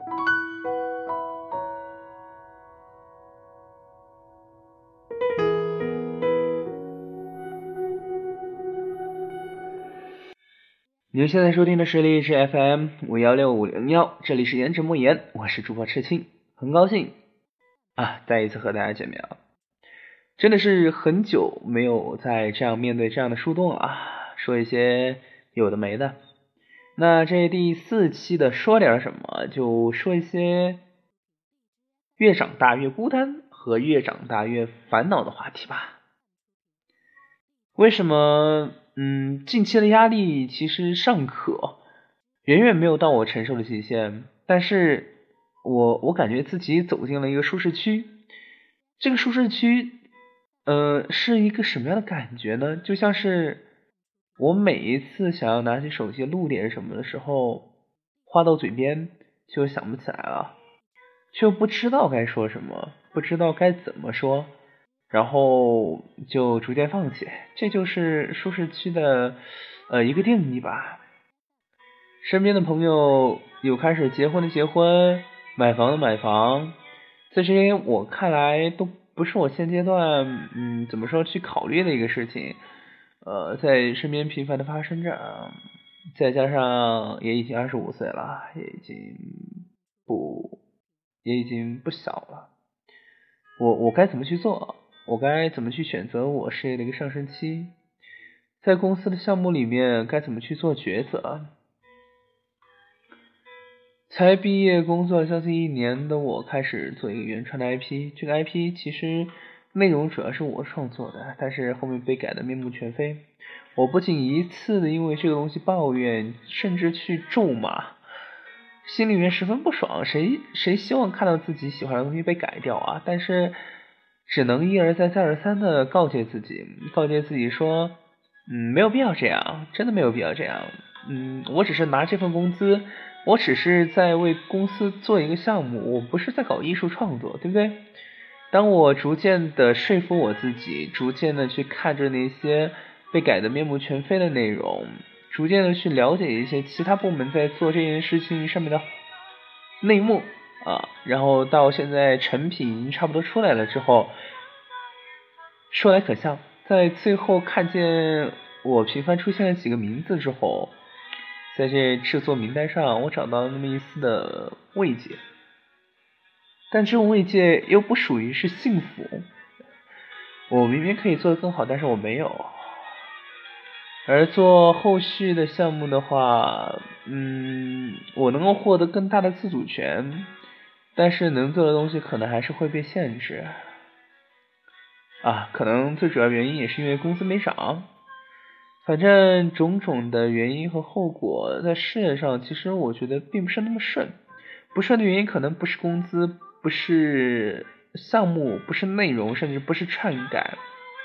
您现在收听的是荔枝 FM516501，这里是言之莫言，我是主播赤青，很高兴再一次和大家见面了。真的是很久没有再这样面对这样的树洞了，说一些有的没的。那这第4期的说点什么，就说一些越长大越孤单和越长大越烦恼的话题吧。为什么近期的压力其实尚可，远远没有到我承受的极限，但是我感觉自己走进了一个舒适区。这个舒适区是一个什么样的感觉呢？就像是我每一次想要拿起手机录点什么的时候，话到嘴边就想不起来了，却不知道该说什么，不知道该怎么说，然后就逐渐放弃。这就是舒适区的一个定义吧。身边的朋友有开始结婚的结婚，买房的买房，这些我看来都不是我现阶段怎么说去考虑的一个事情，在身边频繁的发生着，再加上也已经25岁了，也已经不小了。我该怎么去做？我该怎么去选择我事业的一个上升期？在公司的项目里面该怎么去做抉择？才毕业工作将近1年的我开始做一个原创的 IP， 这个 IP 其实内容主要是我创作的，但是后面被改的面目全非。我不仅一次的因为这个东西抱怨，甚至去咒骂，心里面十分不爽。谁希望看到自己喜欢的东西被改掉啊？但是只能一而再再而三的告诫自己说没有必要这样，真的没有必要这样。我只是拿这份工资，我只是在为公司做一个项目，我不是在搞艺术创作，对不对？当我逐渐的说服我自己，逐渐的去看着那些被改的面目全非的内容，逐渐的去了解一些其他部门在做这件事情上面的内幕然后到现在成品已经差不多出来了之后，说来可笑，在最后看见我频繁出现了几个名字之后，在这制作名单上我找到了那么一丝的慰藉，但这种慰藉又不属于是幸福。我明明可以做得更好，但是我没有。而做后续的项目的话我能够获得更大的自主权，但是能做的东西可能还是会被限制可能最主要原因也是因为工资没涨。反正种种的原因和后果在事业上其实我觉得并不是那么顺。不顺的原因可能不是工资，不是项目，不是内容，甚至不是篡改。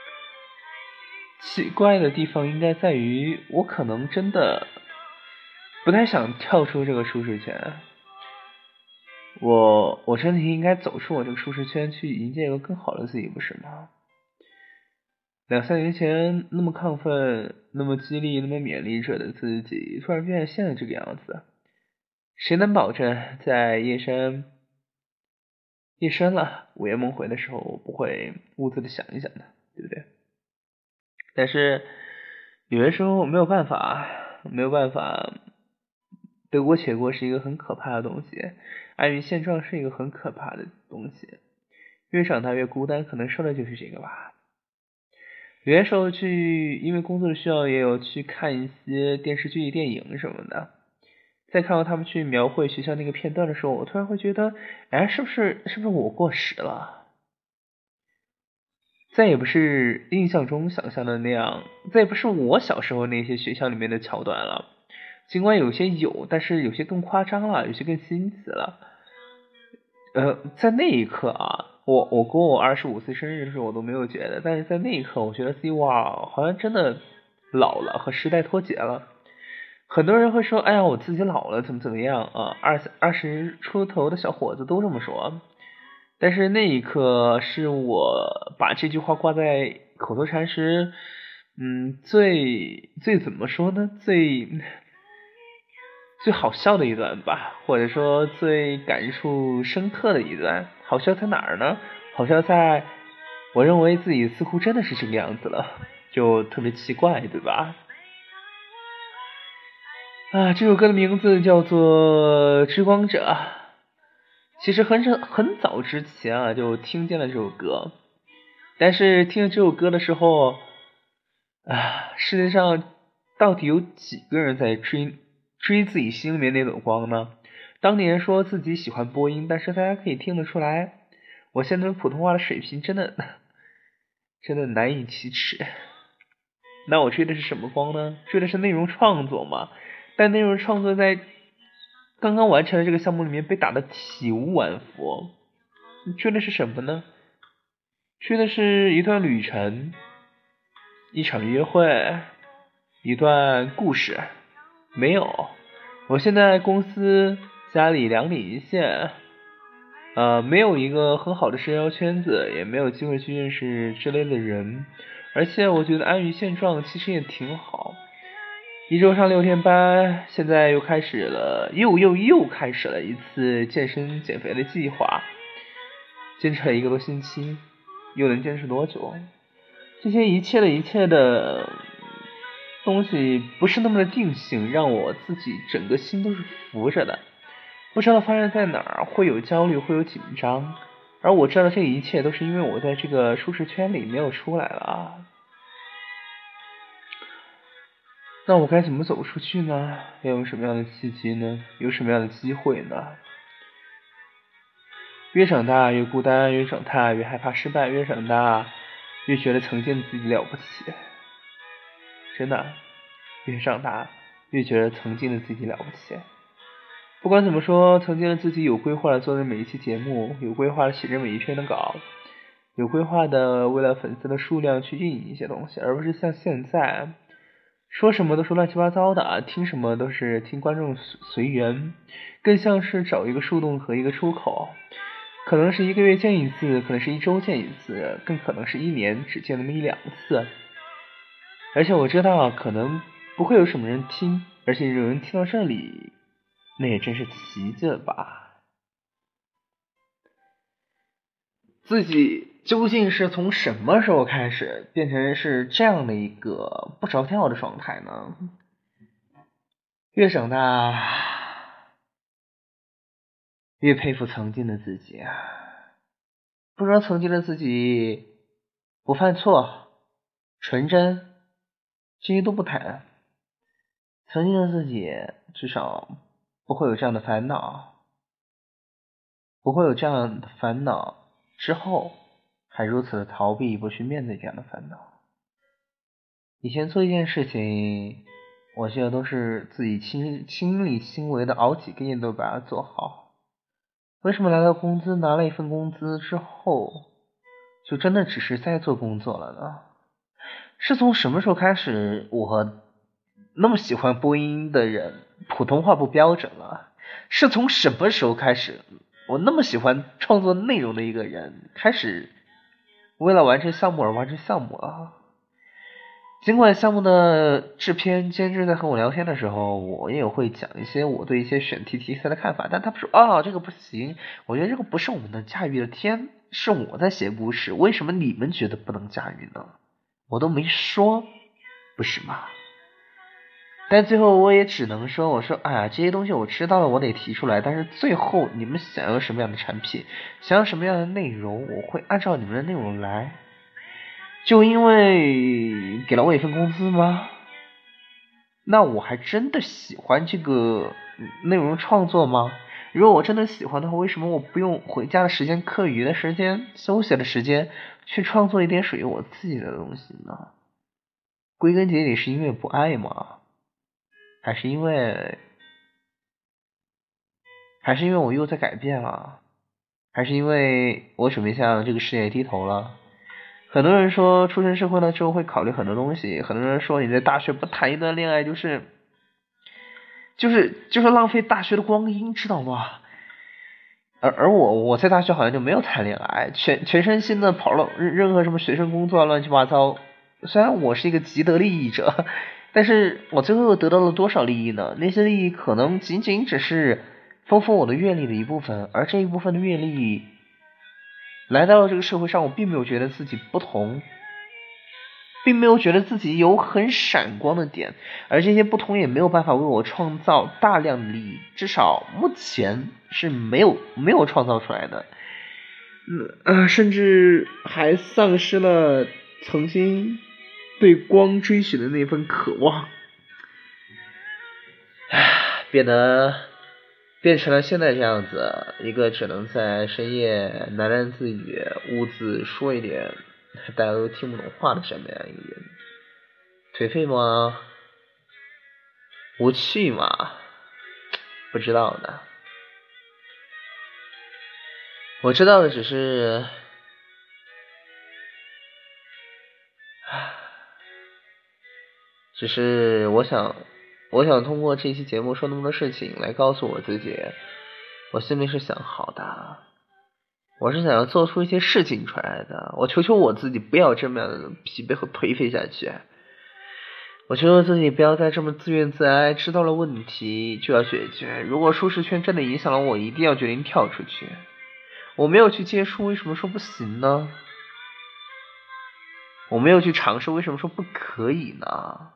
奇怪的地方应该在于我可能真的不太想跳出这个舒适圈。我真的应该走出我这个舒适圈，去迎接一个更好的自己，不是吗？2-3年前那么亢奋，那么激励，那么勉励着的自己，突然变成现在这个样子，谁能保证在夜深了，午夜梦回的时候，我不会兀自的想一想的，对不对？但是有些时候没有办法，得过且过是一个很可怕的东西，安于现状是一个很可怕的东西。越长大越孤单，可能说的就是这个吧。有些时候因为工作的需要，也有去看一些电视剧、电影什么的。在看到他们去描绘学校那个片段的时候，我突然会觉得，是不是我过时了？再也不是印象中想象的那样，再也不是我小时候那些学校里面的桥段了。尽管有些有，但是有些更夸张了，有些更新奇了。在那一刻我过我25岁生日的时候我都没有觉得，但是在那一刻我觉得自己好像真的老了，和时代脱节了。很多人会说，哎呀，我自己老了，怎么样20出头的小伙子都这么说。但是那一刻是我把这句话挂在口头禅时，最怎么说呢？ 最好笑的一段吧，或者说最感触深刻的一段。好笑在哪儿呢？好笑在我认为自己似乎真的是这个样子了，就特别奇怪，对吧？这首歌的名字叫做《追光者》。其实很早之前就听见了这首歌，但是听了这首歌的时候，世界上到底有几个人在追自己心里面那朵光呢？当年说自己喜欢播音，但是大家可以听得出来，我现在普通话的水平真的难以启齿。那我追的是什么光呢？追的是内容创作嘛。但内容创作在刚刚完成的这个项目里面被打得体无完肤。追的是什么呢？追的是一段旅程，一场约会，一段故事。没有，我现在公司家里两点一线，没有一个很好的社交圈子，也没有机会去认识之类的人，而且我觉得安于现状其实也挺好。一周上6天班，现在又开始了一次健身减肥的计划，坚持了1个多星期，又能坚持多久？这些一切的东西不是那么的定性，让我自己整个心都是浮着的，不知道发生在哪儿，会有焦虑，会有紧张，而我知道这一切都是因为我在这个舒适圈里没有出来了。那我该怎么走出去呢？要用什么样的契机呢？有什么样的机会呢？越长大越孤单，越长大越害怕失败，越长大越觉得曾经的自己了不起。真的，越长大越觉得曾经的自己了不起。不管怎么说，曾经的自己有规划的做的每一期节目，有规划的写着每一篇的稿，有规划的为了粉丝的数量去运营一些东西，而不是像现在说什么都是乱七八糟的，听什么都是听观众随缘，更像是找一个树洞和一个出口，可能是1个月见一次，可能是1周见一次，更可能是1年只见那么1-2次。而且我知道可能不会有什么人听，而且有人听到这里，那也真是奇迹了吧。自己究竟是从什么时候开始变成是这样的一个不着调的状态呢？越长大越佩服曾经的自己，不知道曾经的自己不犯错，纯真，这些都不谈。曾经的自己至少不会有这样的烦恼，不会有这样的烦恼之后还如此的逃避，不去面对这样的烦恼。以前做一件事情，我觉得都是自己亲力亲为的熬几个夜都把它做好。为什么拿到工资，拿了一份工资之后，就真的只是在做工作了呢？是从什么时候开始，我那么喜欢播音的人普通话不标准了？是从什么时候开始，我那么喜欢创作内容的一个人开始为了完成项目而完成项目了？尽管项目的制片监制在和我聊天的时候，我也会讲一些我对一些选题题材的看法，但他们说这个不行，我觉得这个不是我们能驾驭的天，是我在写故事，为什么你们觉得不能驾驭呢？我都没说，不是吗？但最后我也只能说，我说这些东西我知道了，我得提出来，但是最后你们想要什么样的产品，想要什么样的内容，我会按照你们的内容来。就因为给了我一份工资吗？那我还真的喜欢这个内容创作吗？如果我真的喜欢的话，为什么我不用回家的时间、课余的时间、休息的时间去创作一点属于我自己的东西呢？归根结底是因为不爱吗？还是因为我又在改变了？还是因为我准备向这个世界低头了？很多人说出身社会了之后会考虑很多东西，很多人说你在大学不谈一段恋爱就是浪费大学的光阴，知道吗？而我在大学好像就没有谈恋爱，全身心的跑了任何什么学生工作乱七八糟。虽然我是一个既得利益者， 但是我最后又得到了多少利益呢？那些利益可能仅仅只是丰富我的阅历的一部分，而这一部分的阅历来到了这个社会上，我并没有觉得自己不同，并没有觉得自己有很闪光的点，而这些不同也没有办法为我创造大量的利益，至少目前是没有创造出来的。甚至还丧失了曾经对光追寻的那份渴望，变成了现在这样子，一个只能在深夜喃喃自语，兀自说一点大家都听不懂话的这么样一个人。颓废吗？无趣吗？不知道的。我知道的只是我想通过这期节目说那么多事情来告诉我自己，我心里是想好的，我是想要做出一些事情出来的。我求求我自己不要这么样的疲惫和颓废下去，我求求自己不要再这么自怨自艾，知道了问题就要解决。如果舒适圈真的影响了我，一定要决定跳出去。我没有去接触，为什么说不行呢？我没有去尝试，为什么说不可以呢？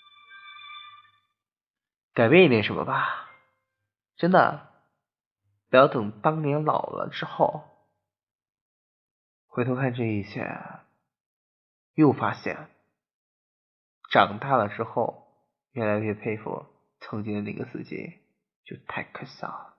改变一点什么吧，真的，不要等当年老了之后，回头看这一切，又发现长大了之后，越来越佩服曾经的那个自己，就太可笑了。